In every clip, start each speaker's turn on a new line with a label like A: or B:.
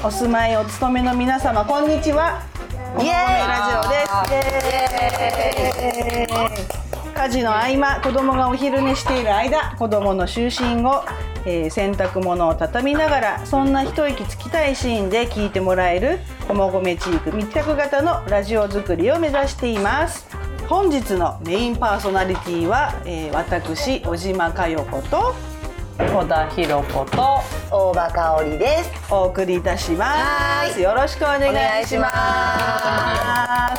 A: お住まいお勤めの皆様、こんにちは。イエーイラジオです。家事の合間、子供がお昼寝している間、子供の就寝後、洗濯物を畳みながら、そんな一息つきたいシーンで聞いてもらえる駒込地域密着型のラジオ作りを目指しています。本日のメインパーソナリティは、私小島佳代子と
B: 小田博子と
C: 大場香織です。
A: お送りいたします。よろしくお願いします。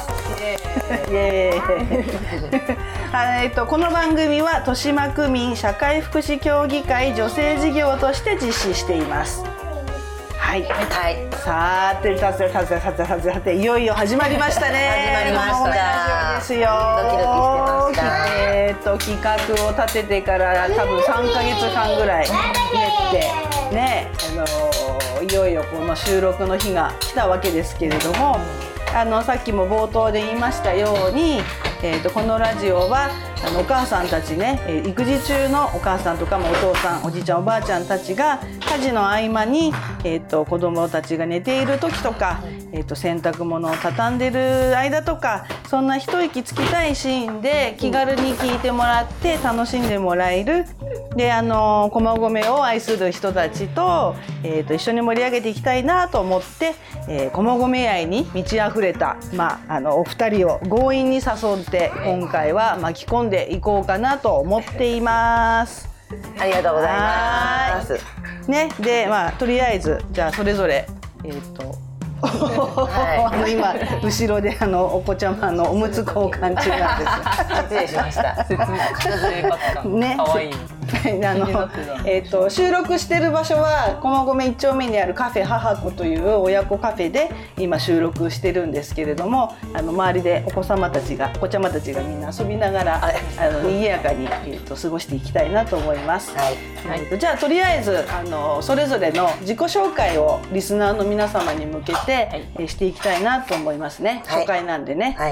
A: イエーイこの番組は豊島区民社会福祉協議会女性事業として実施しています。はい、はい、さていよいよ始まりましたね。
C: 始まりました。
A: ですよ。
C: ドキドキしてました。
A: 企画を立ててから多分3ヶ月間ぐらい練ってね、いよいよこの収録の日が来たわけですけれども、さっきも冒頭で言いましたように、このラジオはお母さんたちね、育児中のお母さんとかもお父さん、おじいちゃん、おばあちゃんたちが家事の合間に、子供たちが寝ている時とか、洗濯物を畳んでる間とか、そんな一息つきたいシーンで気軽に聞いてもらって楽しんでもらえる。で、駒込を愛する人たちと、一緒に盛り上げていきたいなと思って、駒込愛に満ち溢れた、お二人を強引に誘って今回は巻き込んでいこうかなと思っています。
C: ありがとうございます。
A: ね、で、とりあえずじゃあそれぞれはい、今後ろでお子ちゃまのおむつ交換中なんです。
C: 失礼しました。
B: 説明ね、かわいい。
A: 収録してる場所は駒込1丁目にあるカフェ母子という親子カフェで今収録してるんですけれども、周りでお子ちゃまたちがみんな遊びながら賑やかに、過ごしていきたいなと思います。はい、じゃあとりあえずそれぞれの自己紹介をリスナーの皆様に向けて、していきたいなと思いますね。初回なんでね。はい、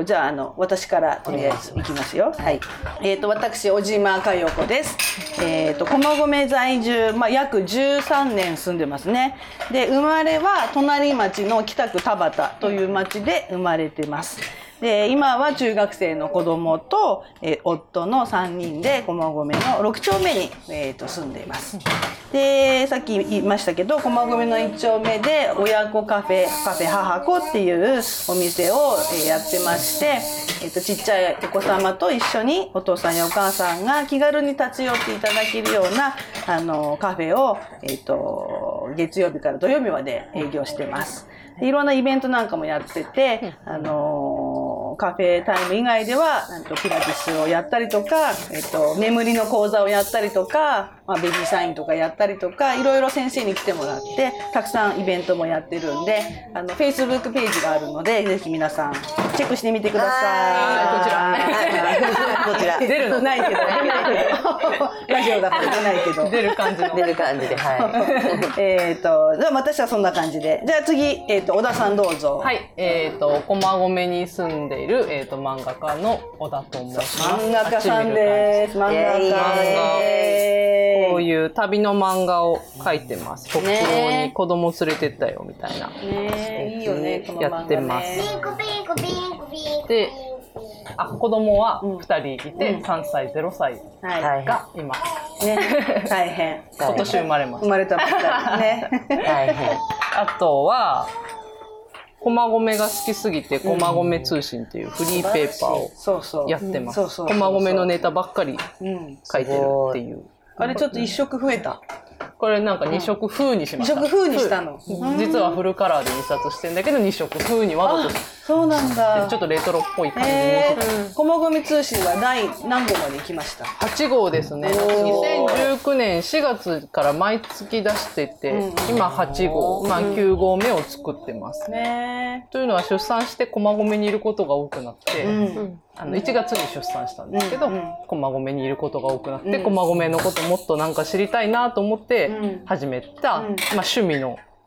A: じゃあ私からとりあえずいきますよ。はい、私小島佳代子です。駒込在住、約13年住んでますね。で、生まれは隣町の北区田端という町で生まれてます。で、今は中学生の子供と、夫の3人で駒込の6丁目に、住んでいます。で、さっき言いましたけど、駒込の1丁目で親子カフェ母子っていうお店を、やってまして、ちっちゃいお子様と一緒にお父さんやお母さんが気軽に立ち寄っていただけるようなカフェを、月曜日から土曜日まで営業してます。で、いろんなイベントなんかもやってて、カフェタイム以外ではピラティスをやったりとか、眠りの講座をやったりとか、ベビーサインとかやったりとか、いろいろ先生に来てもらってたくさんイベントもやってるんで、Facebook ページがあるのでぜひ皆さんチェックしてみてください。こちら出るのないけどラジオだから出ないけど
C: 出る感じで、
A: はいじゃあ私はそんな感じで、じゃあ次、小田さんどうぞ。
B: はい、駒込に住んでいる、漫画家の小田と申します。
A: 漫画家さんです。漫画家。
B: こういう旅の漫画を描いてます。北欧に子供連れてったよみたいな。
A: いいよね、この漫画ね。
B: やってます。で、子供は2人いて、3歳、0歳がいます。
A: ね、大変。
B: 今年生まれました。
A: 生まれたばっかりね。
C: 大変。
B: あとは、駒込が好きすぎて、駒込通信っていうフリーペーパーをやってます。駒込のネタばっかり書いてるっていう。
A: あれちょっと一色増えた。
B: これなんか2色風にしました。
A: 2色風にしたの。
B: 実はフルカラーで印刷してんだけど2色風にわざと。
A: そうなんだ。
B: ちょっとレトロっぽい感じに。
A: 駒込通信は第何号まで行きました
B: ？8号ですね。2019年4月から毎月出してて、今8号、9号目を作ってます。というのは出産して駒込にいることが多くなって、1月に出産したんですけど、駒込にいることが多くなって、駒込のこともっとなんか知りたいなと思って始めた、趣味の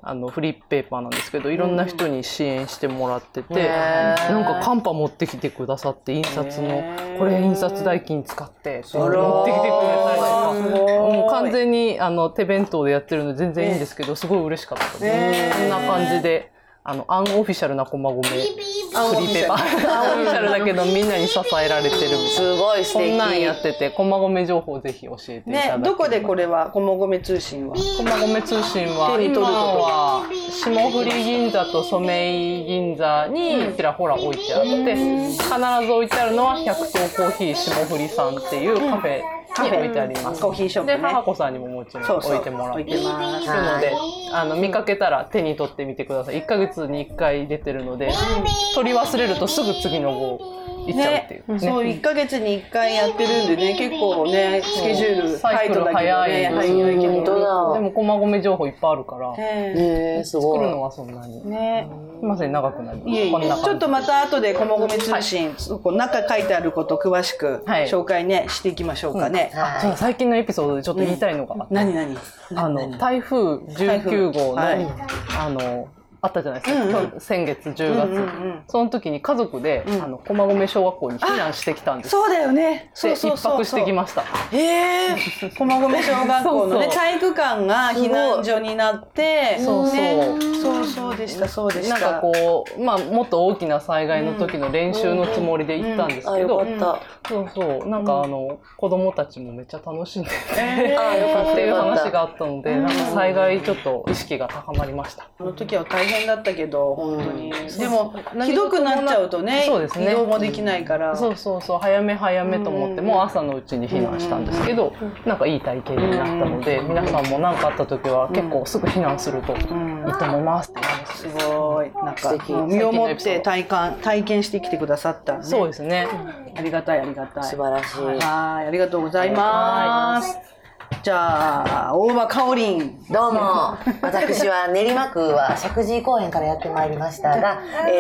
B: フリップペーパーなんですけど、いろんな人に支援してもらってて、なんかカンパ持ってきてくださって、印刷のこれ印刷代金使って持ってきてくれたりとか、もう完全に手弁当でやってるので全然いいんですけど、すごい嬉しかったです。こんな感じでアンオフィシャルな駒込フリーペーパーアンオフィシャルだけどみんなに支えられてるみたいな、
C: すごい素敵。
B: こんなんやってて、駒込情報ぜひ教えていただきたい。
A: どこでこれは駒込通信は
B: 駒込通信は今は霜降り銀座と染井銀座にちらほら置いてあって、必ず置いてあるのは百頭コーヒー霜降りさんっていうカフェに置いてあります。
A: コーヒーショップね。
B: で、母子さんにももちろん置いてもらってますので、見かけたら手に取ってみてください。1ヶ月に1回出てるので、取り忘れるとすぐ次の号行っちゃうっていう。
A: そう、1ヶ月に1回やってるんでね、結構ね、スケジュールタイトだけどね、早いけど。
B: でも駒込情報いっぱいあるから、
C: すごい。
B: 作るのはそんなに。ね。すみません、長くなります。
A: こんな感じ。ちょっとまた後で駒込通信、中書いてあること詳しく紹介ね、していきましょうかね。
B: 最近のエピソードでちょっと言いたいのがあって、台風19号のあったじゃないですか、先月10月、その時に家族で駒込小学校に避難してきたんです。
A: そうだよね。
B: で一泊してきました。
A: 駒込小学校のね、体育館が避難所になって、そうでした、そうでした。
B: なんかこう、もっと大きな災害の時の練習のつもりで行ったんですけど、なんか子供たちもめっちゃ楽しんでてっていう話があったので、なんか災害ちょっと意識が高まりました。
A: あの時は大変だったけど、本当に。でもひどくなっちゃうとね、移動もできないから。
B: 早めと思って、もう朝のうちに避難したんですけど、なんかいい体験になったので、皆さんも何かあった時は結構すぐ避難するといいと思いますって言います。
A: すごい、なんか身をもって体験してきてくださったね。
B: そうですね。
A: ありがたい、ありがたい。
C: 素晴らしい。
A: はい、ありがとうございます。じゃあ、大場かおりん。
C: どうも。私は練馬区は石神井公園からやってまいりましたが、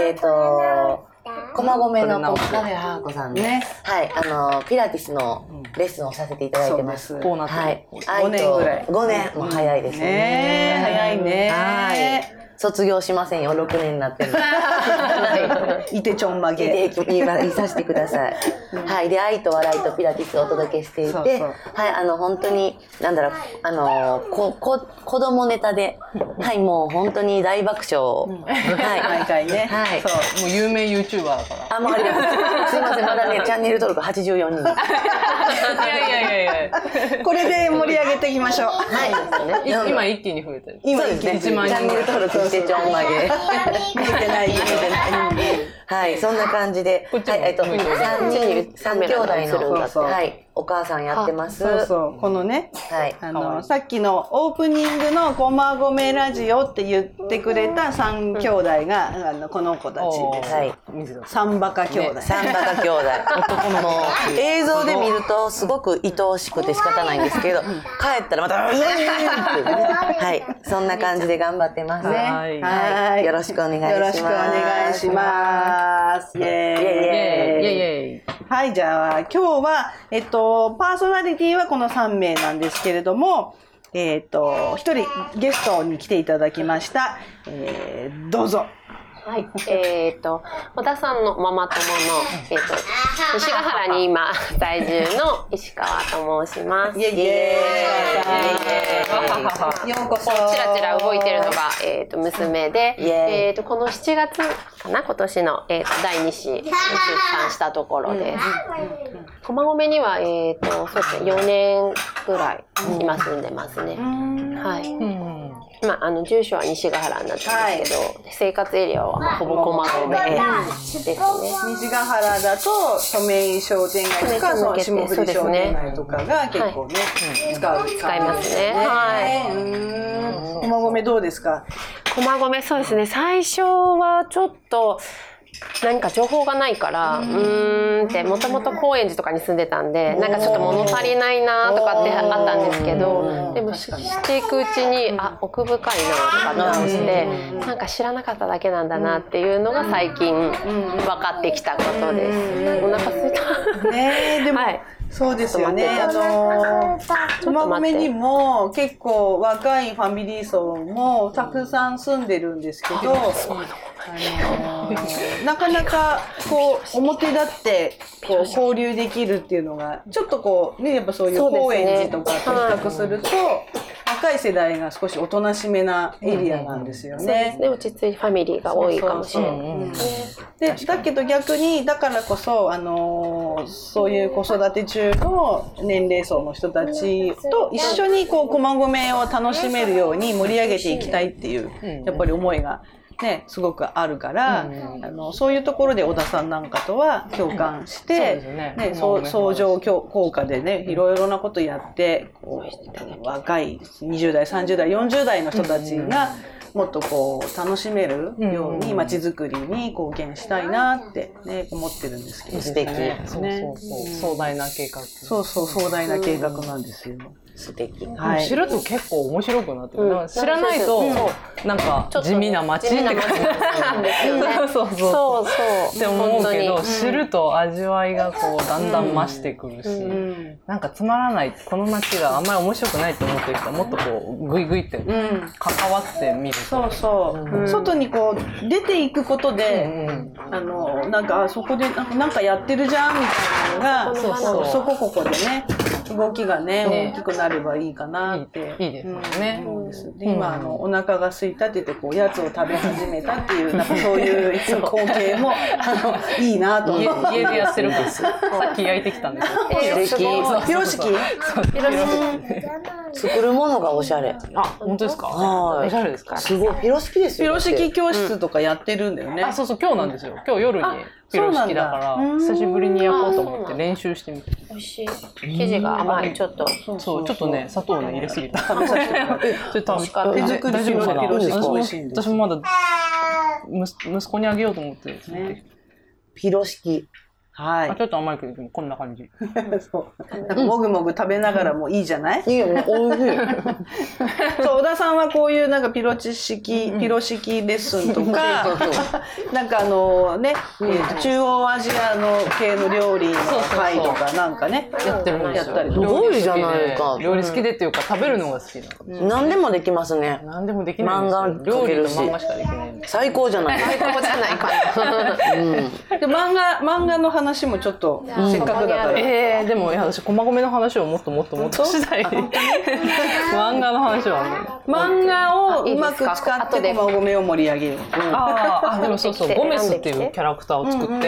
C: 駒込のカフェ母子さんで、ピラティスのレッスンをさせていただいてます。
A: こうなって。
C: 5年ぐらい。5年も早いですね。
A: 早いね。
C: 卒業しませんよ、6年になっても。
A: いてちょんまげ。
C: 言いさせてください。はい。で、愛と笑いとピラティスをお届けしていて、本当に、子供ネタで、もう本当に大爆笑。
A: 毎回ね。
B: そう、もう有名 YouTuber だから。
C: もうありがとうございます。すいません、まだね、チャンネル登録84人。
B: いや。
A: これで盛り上げていきましょう。
B: 今一気に増えてる。
C: 今ですね、チャンネル登録してちょんまげ。
A: 見えてない。
C: はい、そんな感じで、3兄弟の、お母さんやってます。
A: このね、さっきのオープニングの駒込ラジオって言ってくれた3兄弟が、この子たちです。三バカ兄弟。
C: 三バカ兄弟。男の映像で見るとすごく愛おしくて仕方ないんですけど、帰ったらまた、はい、そんな感じで頑張ってますね。はい、よろしくお願いします。
A: よろしくお願いします。イエーイ。はい、じゃあ今日はパーソナリティはこの3名なんですけれども、一人ゲストに来ていただきました。どうぞ。
D: はい、小田さんのママ友の、西ヶ原に今在住の石川と申します。
A: イエイエーイ。ようこそ。
D: ちらちら動いてるのが、娘で、この7月かな、今年の、第2子を出産したところです。駒込には、そうですね、4年ぐらい今住んでますね。はい。住所は西ヶ原になってるんですけど、生活エリアはほぼ駒込ですね。
A: 西ヶ原だと染井商店街とか霜降り商店街とかが結構ね、
D: 使いますね。
A: はい。駒込どうですか？
D: 駒込そうですね。最初はちょっと何か情報がないからってもともと高円寺とかに住んでたんでなんかちょっと物足りないなとかってあったんですけどでもしていくうちに奥深いなとかってしてなんか知らなかっただけなんだなっていうのが最近分かってきたことです。お腹空いた。
A: ねでもそうですよね。駒込にも結構若いファミリー層もたくさん住んでるんですけど、なかなかこう表立ってこう交流できるっていうのがちょっとこうね、やっぱそういう高円寺とかと比較すると、若い世代が少しおとなしめなエリアなんですよね。
D: 落ち着いてファミリーが多いかもしれない
A: で、だけど逆にだからこそそういう子育て中の年齢層の人たちと一緒にこう駒込を楽しめるように盛り上げていきたいっていうやっぱり思いがね、すごくあるから、そういうところで小田さんなんかとは共感して、相乗効果でね、いろいろなことやって若い20代30代40代の人たちがもっとこう楽しめるように街づくりに貢献したいなって、ね、思ってるんですけど、
C: 素敵
B: ね。壮大な計画。
A: 壮大な計画なんですよ。
C: 素敵。
B: はい。知ると結構面白くなってくる。知らないとなんか地味な街って感じなんですよね。そうって思うけど、知ると味わいがこうだんだん増してくるし、なんかつまらないこの街があんまり面白くないと思ってる人はもっとこうグイグイって関わってみる。
A: 外にこう出ていくことで、なんかそこでなんかやってるじゃんみたいなのが、そここでね。動きがね、大きくなればいいかなって。
B: いいですよね。
A: で今お腹が空いたって言ってこうおやつを食べ始めたっていうなんかそういう光景もいいなと思って。
B: 家でやってるんです。さっき焼いてきたんですよ。
A: ピロシキ。
C: 作るものがおしゃれ。
B: あ、本当ですか。おしゃれですか。
C: すごいピロシキですよ。
A: ピロシキ教室とかやってるんだよね。
B: あ、そう今日なんですよ。今日夜にピロシキだから久しぶりに焼こうと思って練習してみて。
D: 美味しい。生地が甘い、ちょっと。
B: そう、ちょっとね、砂糖をね入れすぎた。食べさせてもらって。
A: 手作りピロシキ美味しいんです。
B: 私もまだ息子にあげようと思ってですね。
C: ピロシキ。
A: はい。
B: ちょっと甘いけどこんな感じ。
A: そう。なんかもぐもぐ食べながらもいいじゃない？
C: いいよね。美味しい。
A: そう、小田さんはこういうなんかピロシキレッスンとか、なんかね、中央アジアの系の料理の会とかなんかね、
B: やってるんですよ。
C: すごいじゃないですか。
B: 料理好きでっていうか食べるのが好きなの。
C: 何でもできますね。
B: 何でもできない。
C: 漫画
B: 料理と漫画しかできない。
C: 最高じゃない。
D: 最高じゃないか。
A: で漫画の話もちょっとせっかくだから。
B: でも私駒込の話をもっとしたい。漫画の話は
A: 漫画をうまく使って駒込を盛り上げる。
B: でもそうゴメスっていうキャラクターを作って。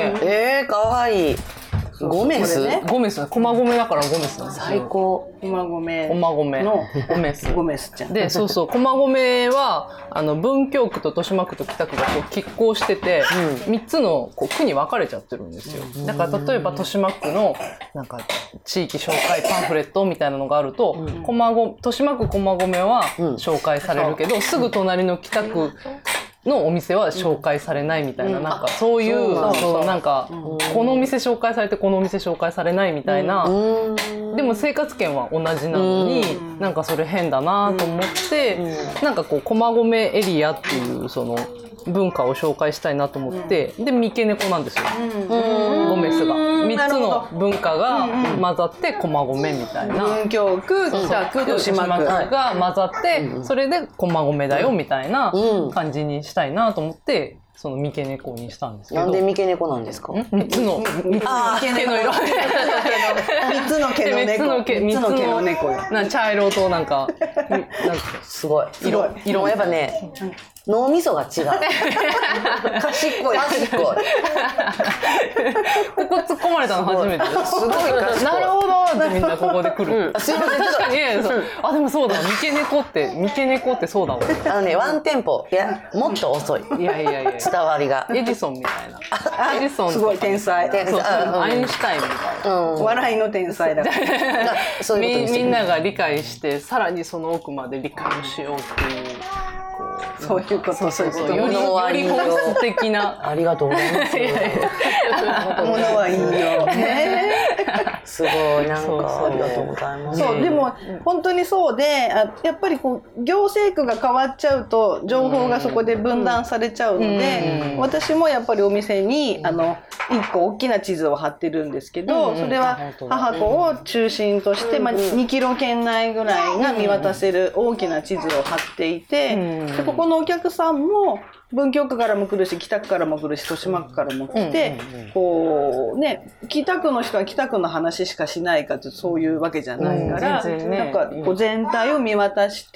C: かわいい。ゴメス？
B: ゴメス、駒込だからゴメスなんですよ。
C: 最高。
A: 駒込
B: のゴメスちゃん。で、駒込は文京区と豊島区と北区がこう拮抗してて、3つのこう区に分かれちゃってるんですよ。だから例えば豊島区のなんか地域紹介パンフレットみたいなのがあると、豊島区駒込は紹介されるけど、すぐ隣の北区のお店は紹介されないみたいな、なんかそういうなんかこのお店紹介されてこのお店紹介されないみたいな、でも生活圏は同じなのに、なんかそれ変だなと思って、なんかこう駒込エリアっていうその文化を紹介したいなと思って、で三毛猫なんですよ、ゴメスが3つの文化が混ざって駒込みたいな、
A: 文京区、北区、豊島区
B: が混ざって、それで駒込だよみたいな感じにしたいなと思って、その三毛猫にしたんですけど。
C: なんで三毛猫なんですか
B: ？3つの毛の色。
A: 3つの毛の猫。3つの毛の猫よ。
B: 茶色となんか
C: すごい。色やっぱね、脳みそが違う。賢い。
B: ここ突っ込まれたの初めて。
C: すごい賢い。
B: なるほどってみんなここで来る。
C: すいません。
B: 確かにあでもそうだ。三毛猫ってそうだわ。
C: ワンテンポもっと遅い。
B: いや
C: 伝わりが。
B: エジソンみたいな。エジソン
A: すごい天才。
B: アインシュタインみたいな。
A: 笑いの天才だ。
B: みんなが理解してさらにその奥まで理解しようっていう。
A: そういうこと。
B: より本質的な。
C: ありがとうございます。
A: ものはいいよね。
C: すごい、なんかありがとうございます。
A: そう、でも本当にそうで、やっぱりこう行政区が変わっちゃうと情報がそこで分断されちゃうので、私もやっぱりお店に1個大きな地図を貼ってるんですけど、それは母子を中心として、2キロ圏内ぐらいが見渡せる大きな地図を貼っていて、でここのお客さんも文京区からも来るし、北区からも来るし、豊島区からも来て、こうね、北区の人は北区の話しかしないかと、そういうわけじゃないから、なんかこう全体を見渡して、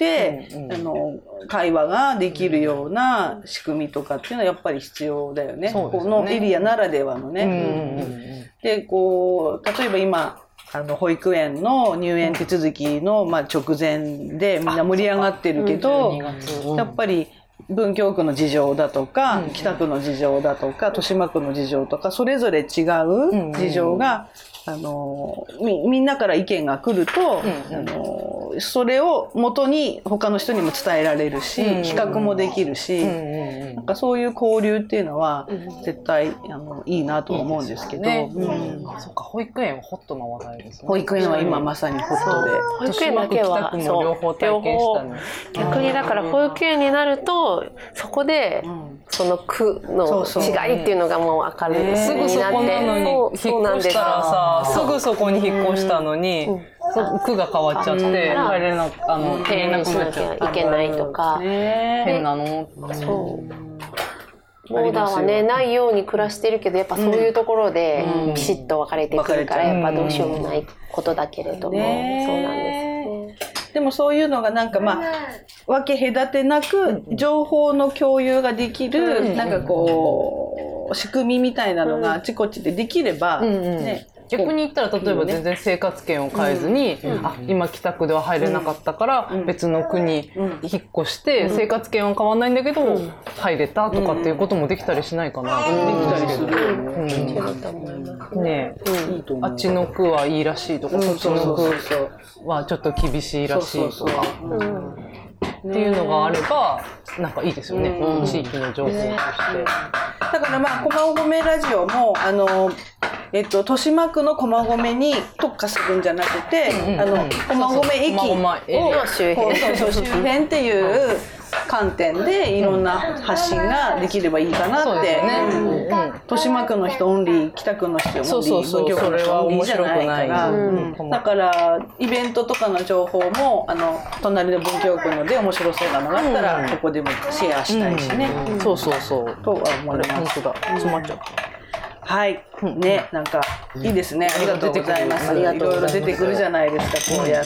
A: 会話ができるような仕組みとかっていうのはやっぱり必要だよね。このエリアならではのね。で、こう例えば今保育園の入園手続きの直前でみんな盛り上がってるけど、やっぱり文京区の事情だとか、北区の事情だとか、豊島区の事情とか、それぞれ違う事情が、みんなから意見が来ると、それを元に他の人にも伝えられるし、比較もできるし、なんかそういう交流っていうのは絶対いいなと思うんですけど。
B: そっか、保育園はホットな話題ですね。
A: 保育園は今まさにホットで。
D: 保育園だけは
B: 両方体験したね。
D: 逆にだから保育園になるとそこでその区の違いっていうのがもう分かる。
B: すぐそこなのに引っ越したらさ、すぐそこに引っ越したのに区が変わっちゃって入れなくなっちゃった。
D: いけないとか。
B: 変なの。
D: そう。ボーダーはねないように暮らしてるけど、やっぱそういうところでピシッと分かれてくるから、やっぱどうしようもないことだけれども、そうなんですね。
A: でもそういうのがなんか分け隔てなく情報の共有ができる、なんかこう仕組みみたいなのがあちこちでできればね。
B: 逆に言ったら例えば全然生活圏を変えずに、今北区では入れなかったから別の区に引っ越して生活圏は変わんないんだけど入れたとかっていうこともできたりしないかな。できたりする。ねえ、あっちの区はいいらしいとか、こっちの区はちょっと厳しいらしいとかっていうのがあればなんかいいですよね。地域の情報として。
A: だから駒込ラジオも豊島区の駒込に特化するんじゃなくて、駒込駅を周辺っていう観点でいろんな発信ができればいいかなって。豊島区の人オンリー、北区の人オンリー、文京区の人オンリーじゃないから、だからイベントとかの情報も隣の文京区ので面白そうなのがあったらここでもシェアしたいしね。
B: そうそうそう。
A: とは思います。
B: 本当だ。詰まっちゃった。
A: はい。ね、なんかいいですね。ありがとうございます。いろいろ出てくるじゃないですか、こうやって。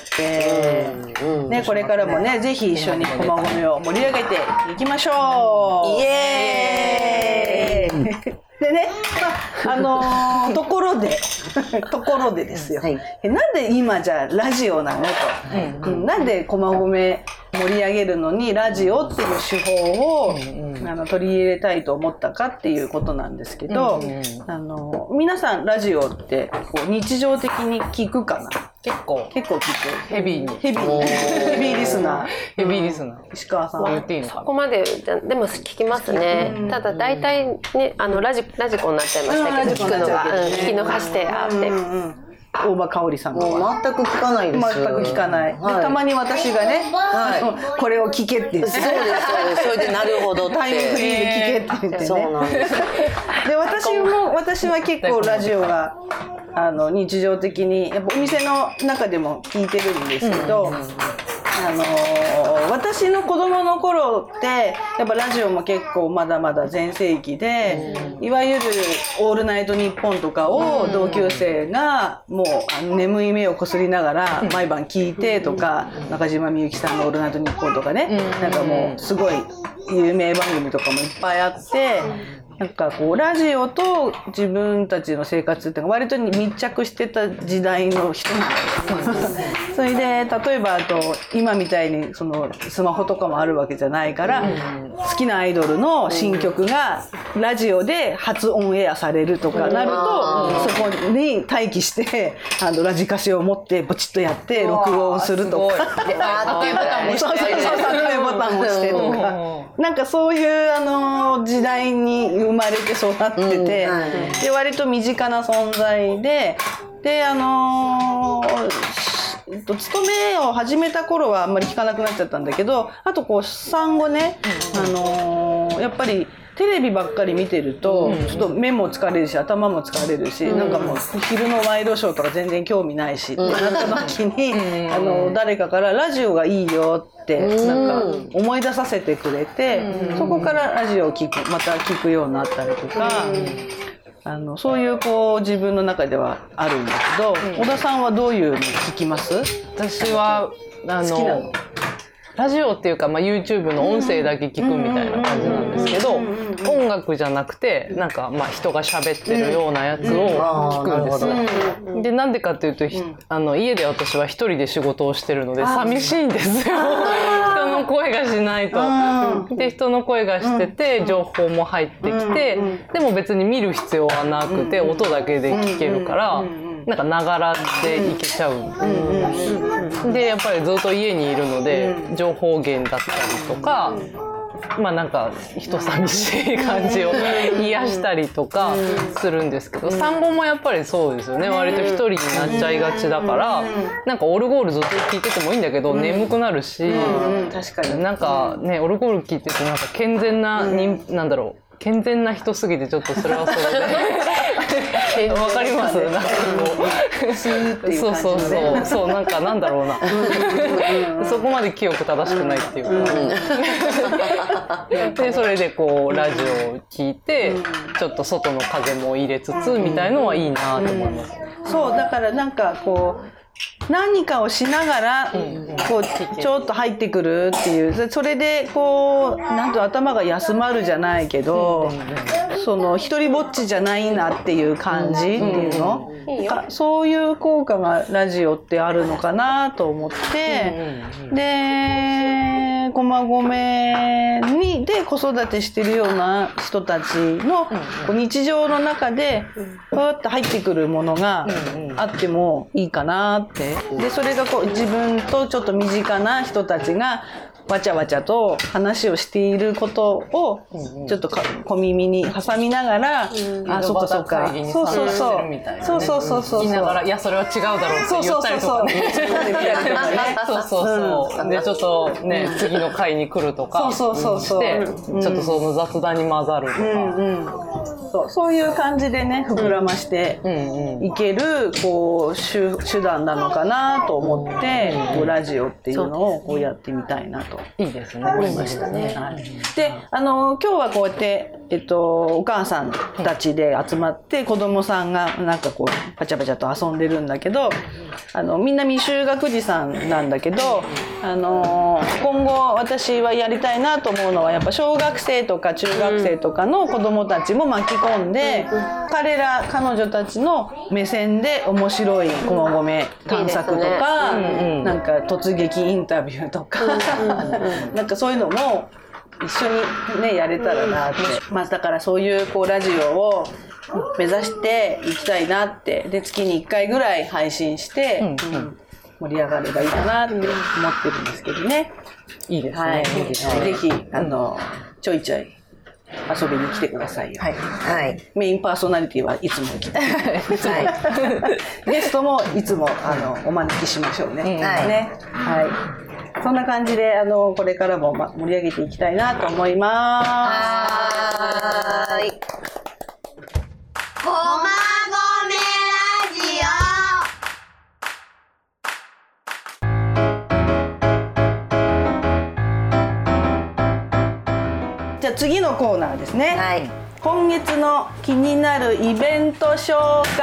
A: ね、これからもね、ぜひ一緒に駒込を盛り上げていきましょう。イエーイ。でね、ところでですよ。なんで今じゃあラジオなのと。なんで駒込盛り上げるのにラジオっていう手法を取り入れたいと思ったかっていうことなんですけど、皆さんラジオってこう日常的に聞くかな？
B: 結構聞く。ヘビーリスナー。
A: 石川さんは
B: 言っていいのかな？
D: そこまででも聞きますね。ただ大体ねラジコになっちゃいましたけど、聞くのが聞き逃してあって。
A: 大場香織さん
C: もう全く聞かないです。
A: 全く聞かない。でたまに私がね、これを聞けって言って。
C: そうです。それでなるほど
A: タイムフリーで聞けって言ってね。
C: そうなんです。
A: で私は結構ラジオが日常的にやっぱお店の中でも聞いてるんですけど。私の子供の頃ってやっぱラジオも結構まだまだ全盛期で、いわゆる「オールナイトニッポン」とかを同級生がもう眠い目をこすりながら毎晩聞いてとか、中島みゆきさんの「オールナイトニッポン」とかね、なんかもうすごい有名番組とかもいっぱいあって。なんかこうラジオと自分たちの生活っていうのが割と密着してた時代の人なんですよ。それで例えば今みたいにそのスマホとかもあるわけじゃないから、好きなアイドルの新曲がラジオで初オンエアされるとかなると、そこに待機してラジカセを持ってポチッとやって録音するとか、
B: ボタンも
A: そうボタンを押してとか、なんかそういう時代に生まれて育ってて、で割と身近な存在でで勤めを始めた頃はあんまり聞かなくなっちゃったんだけど、あとこう産後ね、やっぱりテレビばっかり見てると、ちょっと目も疲れるし頭も疲れるし、なんかもう昼のワイドショーとか全然興味ないしってなった時に、誰かからラジオがいいよってなんか思い出させてくれて、そこからラジオをまた聞くようになったりとか、そういうこう自分の中ではあるんだけど、小田さんはどういうの聞きます？
B: 私は好きなの？ラジオっていうか、YouTube の音声だけ聞くみたいな感じなんですけど、音楽じゃなくてなんか人が喋ってるようなやつを聞くんです。でなんでかっていうと、家で私は一人で仕事をしてるので寂しいんですよ。人の声がしないと。で人の声がしてて情報も入ってきて、でも別に見る必要はなくて音だけで聞けるから、なんかながらでいけちゃう。でやっぱりずっと家にいるので情報源だったりとか、なんか人寂しい感じを癒したりとかするんですけど、産後もやっぱりそうですよね。割と一人になっちゃいがちだから、なんかオルゴールずっと聴いててもいいんだけど眠くなるし、
A: 確かに
B: なんかねオルゴール聴いててなんか健全ななんだろう、健全な人すぎてちょっとそれはそれでわかります？なんかこう
A: スーっていう感じのね。
B: そうなんかなんだろうな、そこまで清く正しくないっていうか、でそれでこうラジオを聞いてちょっと外の風も入れつつみたいのはいいなと思います。
A: そうだからなんかこう何かをしながらこうちょっと入ってくるっていう、それでこうなんと頭が休まるじゃないけど、その一人ぼっちじゃないなっていう感じっていうの、そういう効果がラジオってあるのかなと思って、で駒込で子育てしてるような人たちの日常の中でふわっと入ってくるものがあってもいいかなって。でそれがこう自分とちょっと身近な人たちがわちゃわちゃと話をしていることをちょっと小耳に挟みながら、あ、そっかそっか、そうそうそう、そう
B: 言いながら、いやそれは違うだろうって言ったりとかね、そうでちょっとね次の回に来るとかしてちょっとその雑談に混ざるとか、
A: そういう感じでね膨らましていけるこう手段なのかなと思ってラジオっていうのをこうやってみたいなと。
B: いいですね。
A: 思いましたね。で、今日はこうやってお母さんたちで集まって子供さんがなんかこうパチャパチャと遊んでるんだけど、みんな未就学児さんなんだけど、今後私はやりたいなと思うのはやっぱ小学生とか中学生とかの子供たちも巻き込んで、彼女たちの目線で面白い駒込探索とか、なんか突撃インタビューとかなんかそういうのも一緒にねやれたらなって、だからそういうこうラジオを目指していきたいなって、で月に1回ぐらい配信して、盛り上がればいいかなって思ってるんですけどね。
B: いいですね。
A: はい、ぜひちょいちょい遊びに来てくださいよ。はい。メインパーソナリティはいつも来て、ゲストもいつもお招きしましょうね。はい。そんな感じでこれからも盛り上げていきたいなと思います。
E: はい。駒込ラジ
A: オ。じゃあ次のコーナーですね。はい。今月の気になるイベント紹介。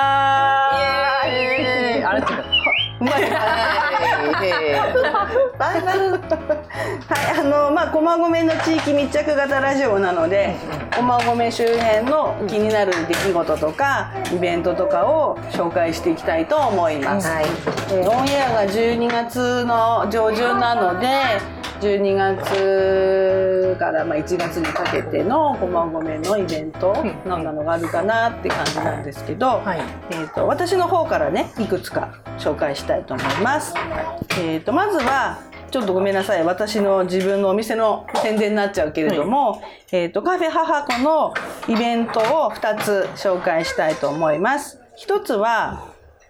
A: あれってうまい。駒込の地域密着型ラジオなので、駒込周辺の気になる出来事とかイベントとかを紹介していきたいと思います。オンエアが12月の上旬なので、12月から1月にかけての駒込のイベントなんなのがあるかなって感じなんですけど、私の方からねいくつか紹介したいと思います。まずはちょっとごめんなさい、私の自分のお店の宣伝になっちゃうけれども、カフェ母子のイベントを2つ紹介したいと思います。一つは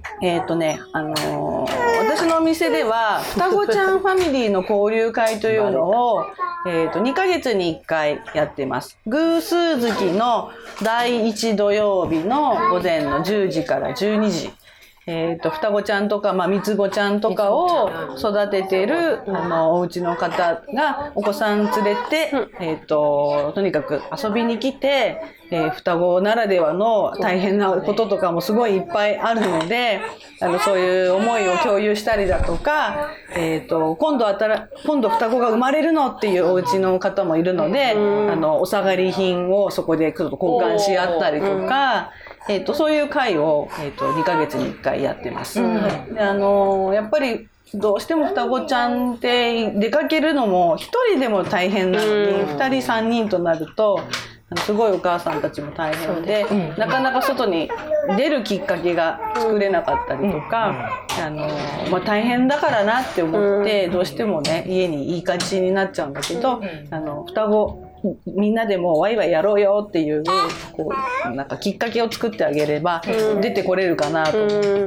A: 私のお店では双子ちゃんファミリーの交流会というのを、2ヶ月に1回やってます。偶数月の第1土曜日の午前の10時から12時。双子ちゃんとか、三つ子ちゃんとかを育てている、お家の方がお子さん連れて、とにかく遊びに来て、双子ならではの大変なこととかもすごいいっぱいあるので、そういう思いを共有したりだとか、今度双子が生まれるのっていうお家の方もいるので、お下がり品をそこでちょっと交換し合ったりとか、そういう会を、2ヶ月に1回やってます。でやっぱりどうしても双子ちゃんって出かけるのも一人でも大変なのに、2人3人となるとすごいお母さんたちも大変で、なかなか外に出るきっかけが作れなかったりとか、大変だからなって思ってどうしてもね家にいい感じになっちゃうんだけど、双子みんなでもワイワイやろうよっていうなんかきっかけを作ってあげれば出てこれるかなと思って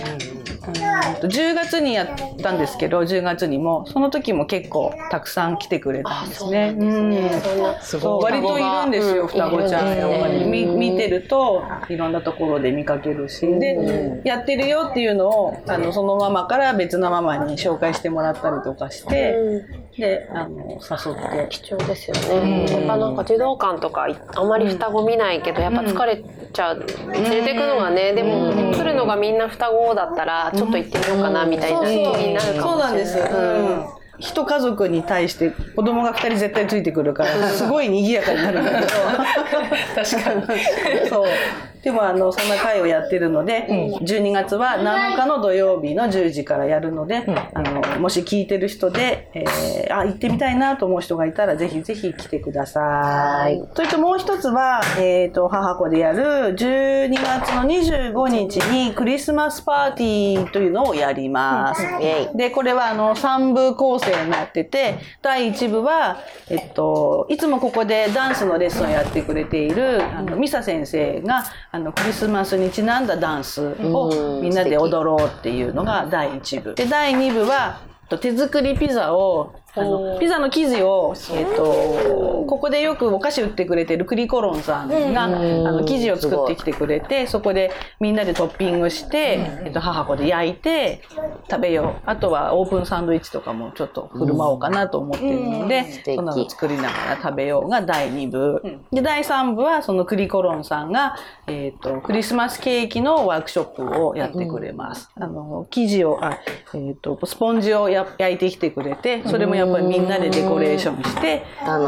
A: 。10月にやったんですけど、10月にもその時も結構たくさん来てくれたんですね。そう割といるんですよ、双子ちゃん。やっぱり見てるといろんなところで見かけるし、でやってるよっていうのをそのママから別のママに紹介してもらったりとかして、で誘って。
D: 貴重ですよね。やっぱなんか児童館とかあまり双子見ないけど、やっぱ疲れちゃう、連れてくのがね。でも来るのがみんな双子だったらちょっと行ってみようかなみたいな気になるかもしれない。
A: そうなんです。一家族に対して子供が2人絶対ついてくるからすごい賑やかになるんだけど
B: 確かに
A: そうでもそんな会をやってるので、12月は7日の土曜日の10時からやるので、もし聞いてる人で、行ってみたいなと思う人がいたらぜひぜひ来てください。それともう一つは、母子でやる12月の25日にクリスマスパーティーというのをやります。でこれは3部構成になってて、第1部は、いつもここでダンスのレッスンをやってくれているミサ先生がクリスマスにちなんだダンスをみんなで踊ろうっていうのが第1部で、第2部は手作りピザをピザの生地を、ここでよくお菓子売ってくれてるクリコロンさんが生地を作ってきてくれて、そこでみんなでトッピングして、母子で焼いて食べよう。あとはオープンサンドイッチとかもちょっと振る舞おうかなと思っているので、そんなの作りながら食べようが第2部で、第3部はそのクリコロンさんが、クリスマスケーキのワークショップをやってくれます。生地をスポンジを焼いてきてくれて、それもやっぱりみんなでデコレーションして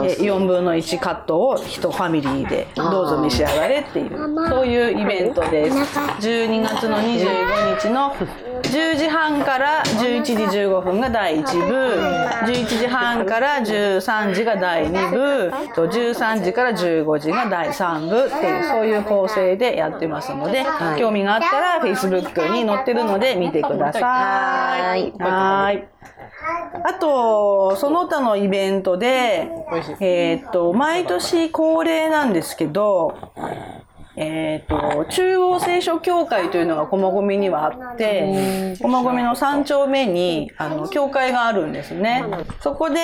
A: 4分の1カットを1ファミリーでどうぞ召し上がれっていう、そういうイベントです。12月の25日の10時半から11時15分が第1部、11時半から13時が第2部、13時から15時が第3部っていう、そういう構成でやってますので、興味があったら Facebook に載ってるので見てください。はい。あとその他のイベントで、毎年恒例なんですけど、中央聖書教会というのが駒込にはあって、駒込の3丁目に教会があるんですね。そこで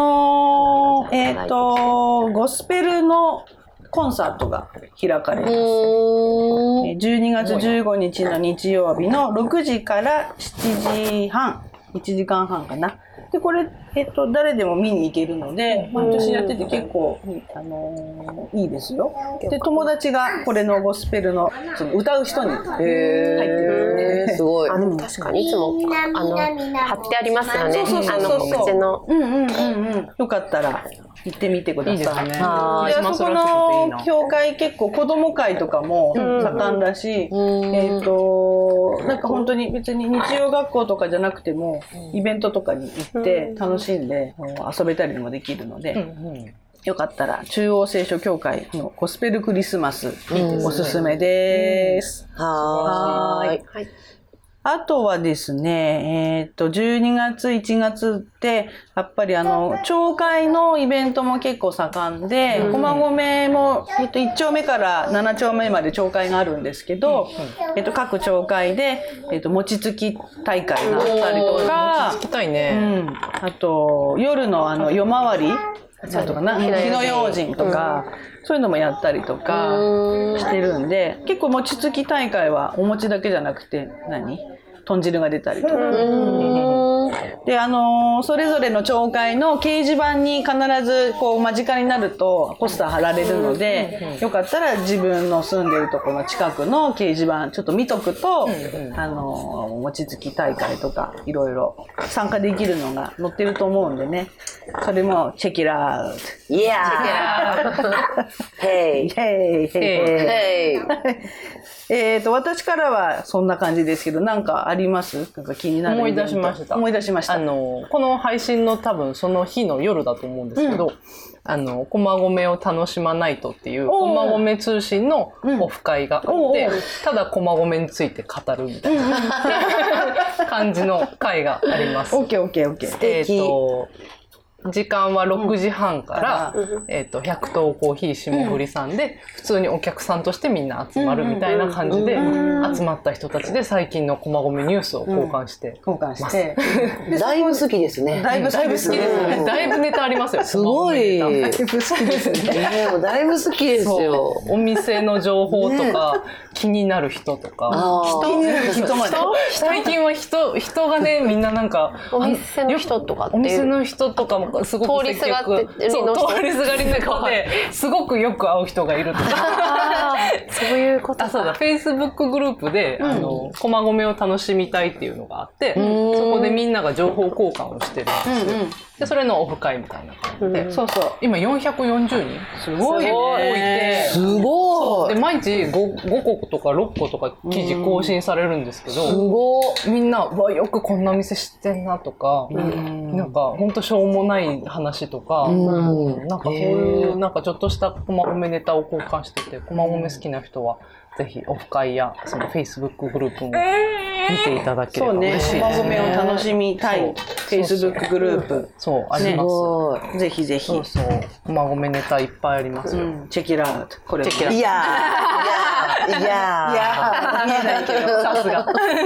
A: ゴスペルのコンサートが開かれます。12月15日の日曜日の6時から7時半、1時間半かな。でこれ、誰でも見に行けるので、毎年やってて結構、いいですよ。で友達がこれのゴスペルの歌う人に入ってるんですね。
C: すごい。
D: でも確かにいつも貼ってありますよね。口の。
A: よかったら行ってみてください。いいですね。で
B: あ
A: そこの教会結構子供会とかも盛んだし、なんか本当に別に日曜学校とかじゃなくてもイベントとかに行って楽しんで遊べたりもできるので、よかったら中央聖書教会のゴスペルクリスマスおすすめです。はい。 あとはですね、12月、1月って、やっぱり町会のイベントも結構盛んで、駒込も、1丁目から7丁目まで町会があるんですけど、各町会で、餅つき大会があったりとか、
B: 餅つきたいね。
A: あと、夜の夜回りなんとかな、火の用心とか、そういうのもやったりとかしてるんで、結構餅つき大会はお餅だけじゃなくて、豚汁が出たりとか。で、それぞれの町会の掲示板に必ずこう間近になるとポスター貼られるので、よかったら自分の住んでるところの近くの掲示板ちょっと見とくと、餅つき大会とかいろいろ参加できるのが載ってると思うんでね、それもチェキラウト。
C: いやーヘイ
A: ヘイヘイヘイ。私からはそんな感じですけど、なんかあります？なんか気になる。
B: 思い出しました。
A: 思い出しました。
B: この配信の多分その日の夜だと思うんですけど、駒込を楽しまないとっていう駒込通信のオフ会があって、ただ駒込について語るみたいな感じの会があります。
A: オッケーオッケーオッケー。
B: 時間は6時半から、100頭コーヒー霜降りさんで、普通にお客さんとしてみんな集まるみたいな感じで、集まった人たちで最近の駒込ニュースを交換してます。
C: だいぶ好きですね。
A: だいぶ好きですね。
B: だいぶネタありますよ。
C: すごい。だいぶ好きですね。だいぶ好きですよ。
B: お店の情報とか、気になる人とか。
A: 人まで。
B: 最近は人がね、みんななんか、
D: お店の人とかっていう。
B: お店の人とかもすごく通りすがりの人ですごくよく会う人がいるとか
D: そういうことか。
B: そうだ、Facebook グループで駒込を楽しみたいっていうのがあって、そこでみんなが情報交換をしてるんですよ。でそれのオフ会みたいな感じで、
A: そうそう、
B: 今440人
A: すごいね。
B: 多いて、
C: すごい。
B: で毎日 5個とか6個とか記事更新されるんですけど、
C: すごい。
B: みんなわよくこんな店知ってんなとか、なんかほんとしょうもない話とか、なんかそういうなんかちょっとした駒込ネタを交換してて、駒込好きな人はぜひオフ会やその Facebook グループも見ていただければ嬉しいですね。
A: 駒込を楽しみたい Facebook グループ、
B: そうあります。
A: ぜひぜひ。
B: そうそう、駒込ネタいっぱいありますよ。
A: チェキラウト。これ。
C: いやいや
A: 見えないけど。
B: さすが。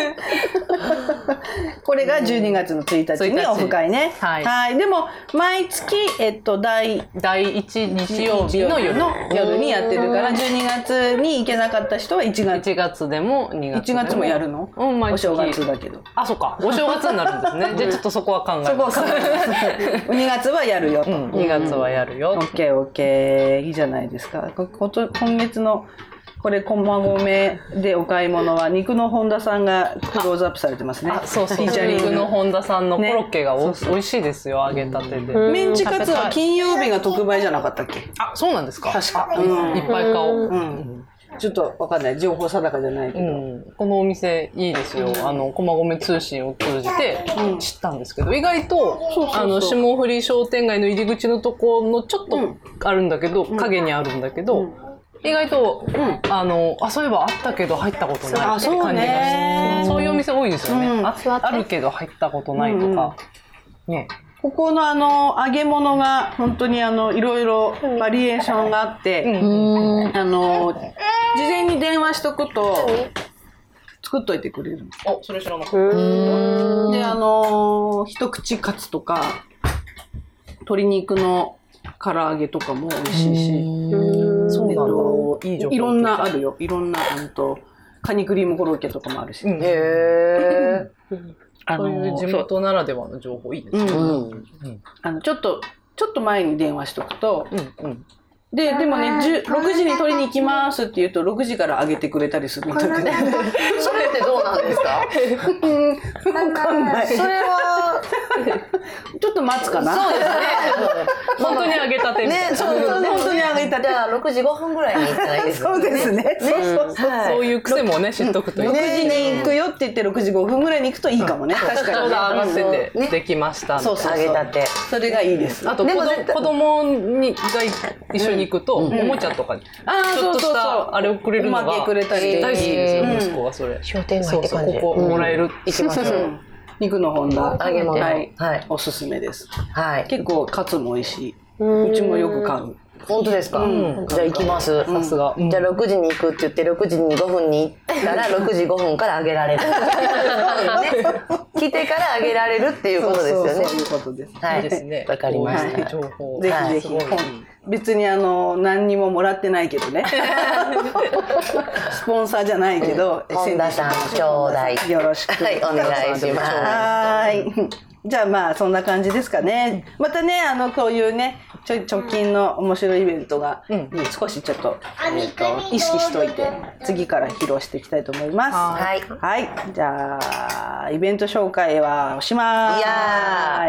A: これが12月の1日にオフ会ね。はい。でも毎月第
B: 1日曜日の
A: 夜にやってるから、12月に行けなかった人は1月
B: でも2月でも。
A: 1月もやるの？お正月だけど。
B: あ、そっか。お正月になるんですね。じゃあちょっとそこは考えます。
A: そこは考えます。2月はやるよと。
B: 2月はやるよ。
A: オッケーオッケー。いいじゃないですか。今月のこれ駒込でお買い物は肉の本田さんがクローズアップされてますね。
B: そうそう。肉の本田さんのコロッケが美味しいですよ。揚げたてで。
A: メンチカツは金曜日が特売じゃなかったっけ？
B: あ、そうなんですか。
A: 確か。
B: いっぱい買おう。
A: ちょっとわかんない。情報定かじゃないけど。
B: このお店いいですよ。駒込通信を通じて知ったんですけど、意外と霜降り商店街の入り口のところのちょっとあるんだけど、影にあるんだけど、意外とそういえばあったけど入ったことないって感じがして、そういうお店多いですよね。あるけど入ったことないとかね。
A: ここの揚げ物が本当にいろいろバリエーションがあって、事前に電話しとくと作っといてくれる。
B: それ知らなかった。
A: で一口カツとか鶏肉の唐揚げとかも美味しいし、
B: そうなんだ。
A: いろんなあるよ。いろんなカニクリームコロッケとかもあるし。
B: そういう地元ならではの情報いいですね。
A: ちょっと前に電話しとくと、でもね、6時に取りに行きますって言うと6時から揚げてくれたりするんだけど。それ
C: ってどうなんですか？
A: わかんない。
C: それは
A: ちょっと待つかな。
C: そうですね。
B: 本当に揚げたてみたいな。
C: そう本当に揚げたて。じゃあ6時5分ぐらいに行ったらいいですね。
A: そうですね。
B: そういう癖もね知っとくといい。
A: 6時に行くよって言って6時5分ぐらいに行くといいかもね。確かに。
B: ちょうど上がっててできました。
C: 揚げたて。
A: それがいいです。
B: あと子供が一緒に行くとおもちゃとかちょっとしたあれをくれるのが大好きですよ。息子はそれ。
C: 商店街って感じ。
B: ここもらえる。
C: 行きましょう。
A: 肉の本田
C: 揚げ物、
A: おすすめです。
C: 結
A: 構カツも美味しい。うちもよく買う。
C: 本当ですか？じゃあ行きます。
B: さすが。
C: じゃあ6時に行くって言って6時に5分に行ったら6時5分から揚げられる。来てから揚げられるっていうことですよね。
A: そういうことです。
C: はいですね。わかりました。
B: 情報。
A: ぜひぜひ。別に何にももらってないけどね。スポンサーじゃないけど。
C: 本田さん兄弟
A: よろしく
C: お願いします。
A: はい。じゃあまあそんな感じですかね。またねこういうね直近の面白いイベントが少しちょっと意識しといて次から披露していきたいと思います。
C: はい。
A: はい。じゃあイベント紹介はおしまい。はい。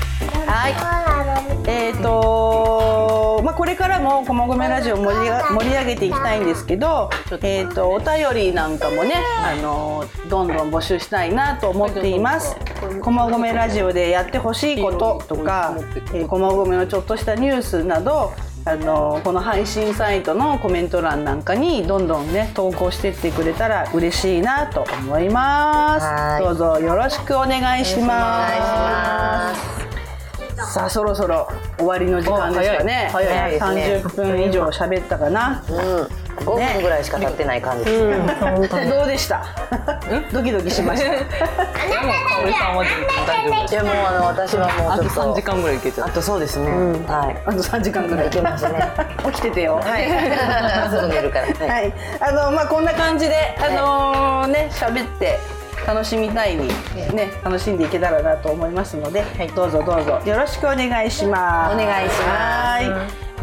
A: これからもこまごめラジオ盛り上げていきたいんですけど、お便りなんかもねどんどん募集したいなと思っています。こまごめラジオでやってほしいこととか、こまごめのちょっとしたニュースなどこの配信サイトのコメント欄なんかにどんどんね投稿していってくれたら嬉しいなと思います。どうぞよろしくお願いします。さあそろそろ終わりの時間ですかね。
C: 早いですね。
A: 30分以上喋ったかな。
C: 5分ぐらいしか経ってない感じですね。
A: どうでした？ドキドキしました。
B: 香織さんは大丈夫です。
C: いやもう私はもう
B: あと3時間ぐらいいけちゃう。
C: あとそうですね。はい。
A: あと3時間ぐらい
C: いけますね。
A: 起きててよ。
C: はい。すぐ寝るから。
A: はい。こんな感じでね喋って楽しみたいにね楽しんでいけたらなと思いますので、どうぞどうぞよろしくお願いします。
C: お願いします。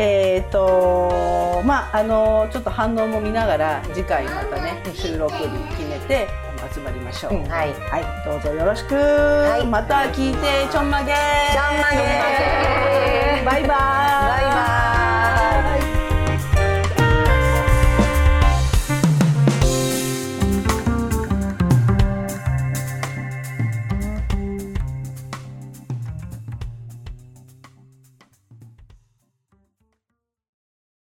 A: ちょっと反応も見ながら次回またね収録日決めて集まりましょう。はい、どうぞよろしく。また聞いてちょんまげ。
C: ちょんまげ。
A: バイバイ。
C: バイバイ。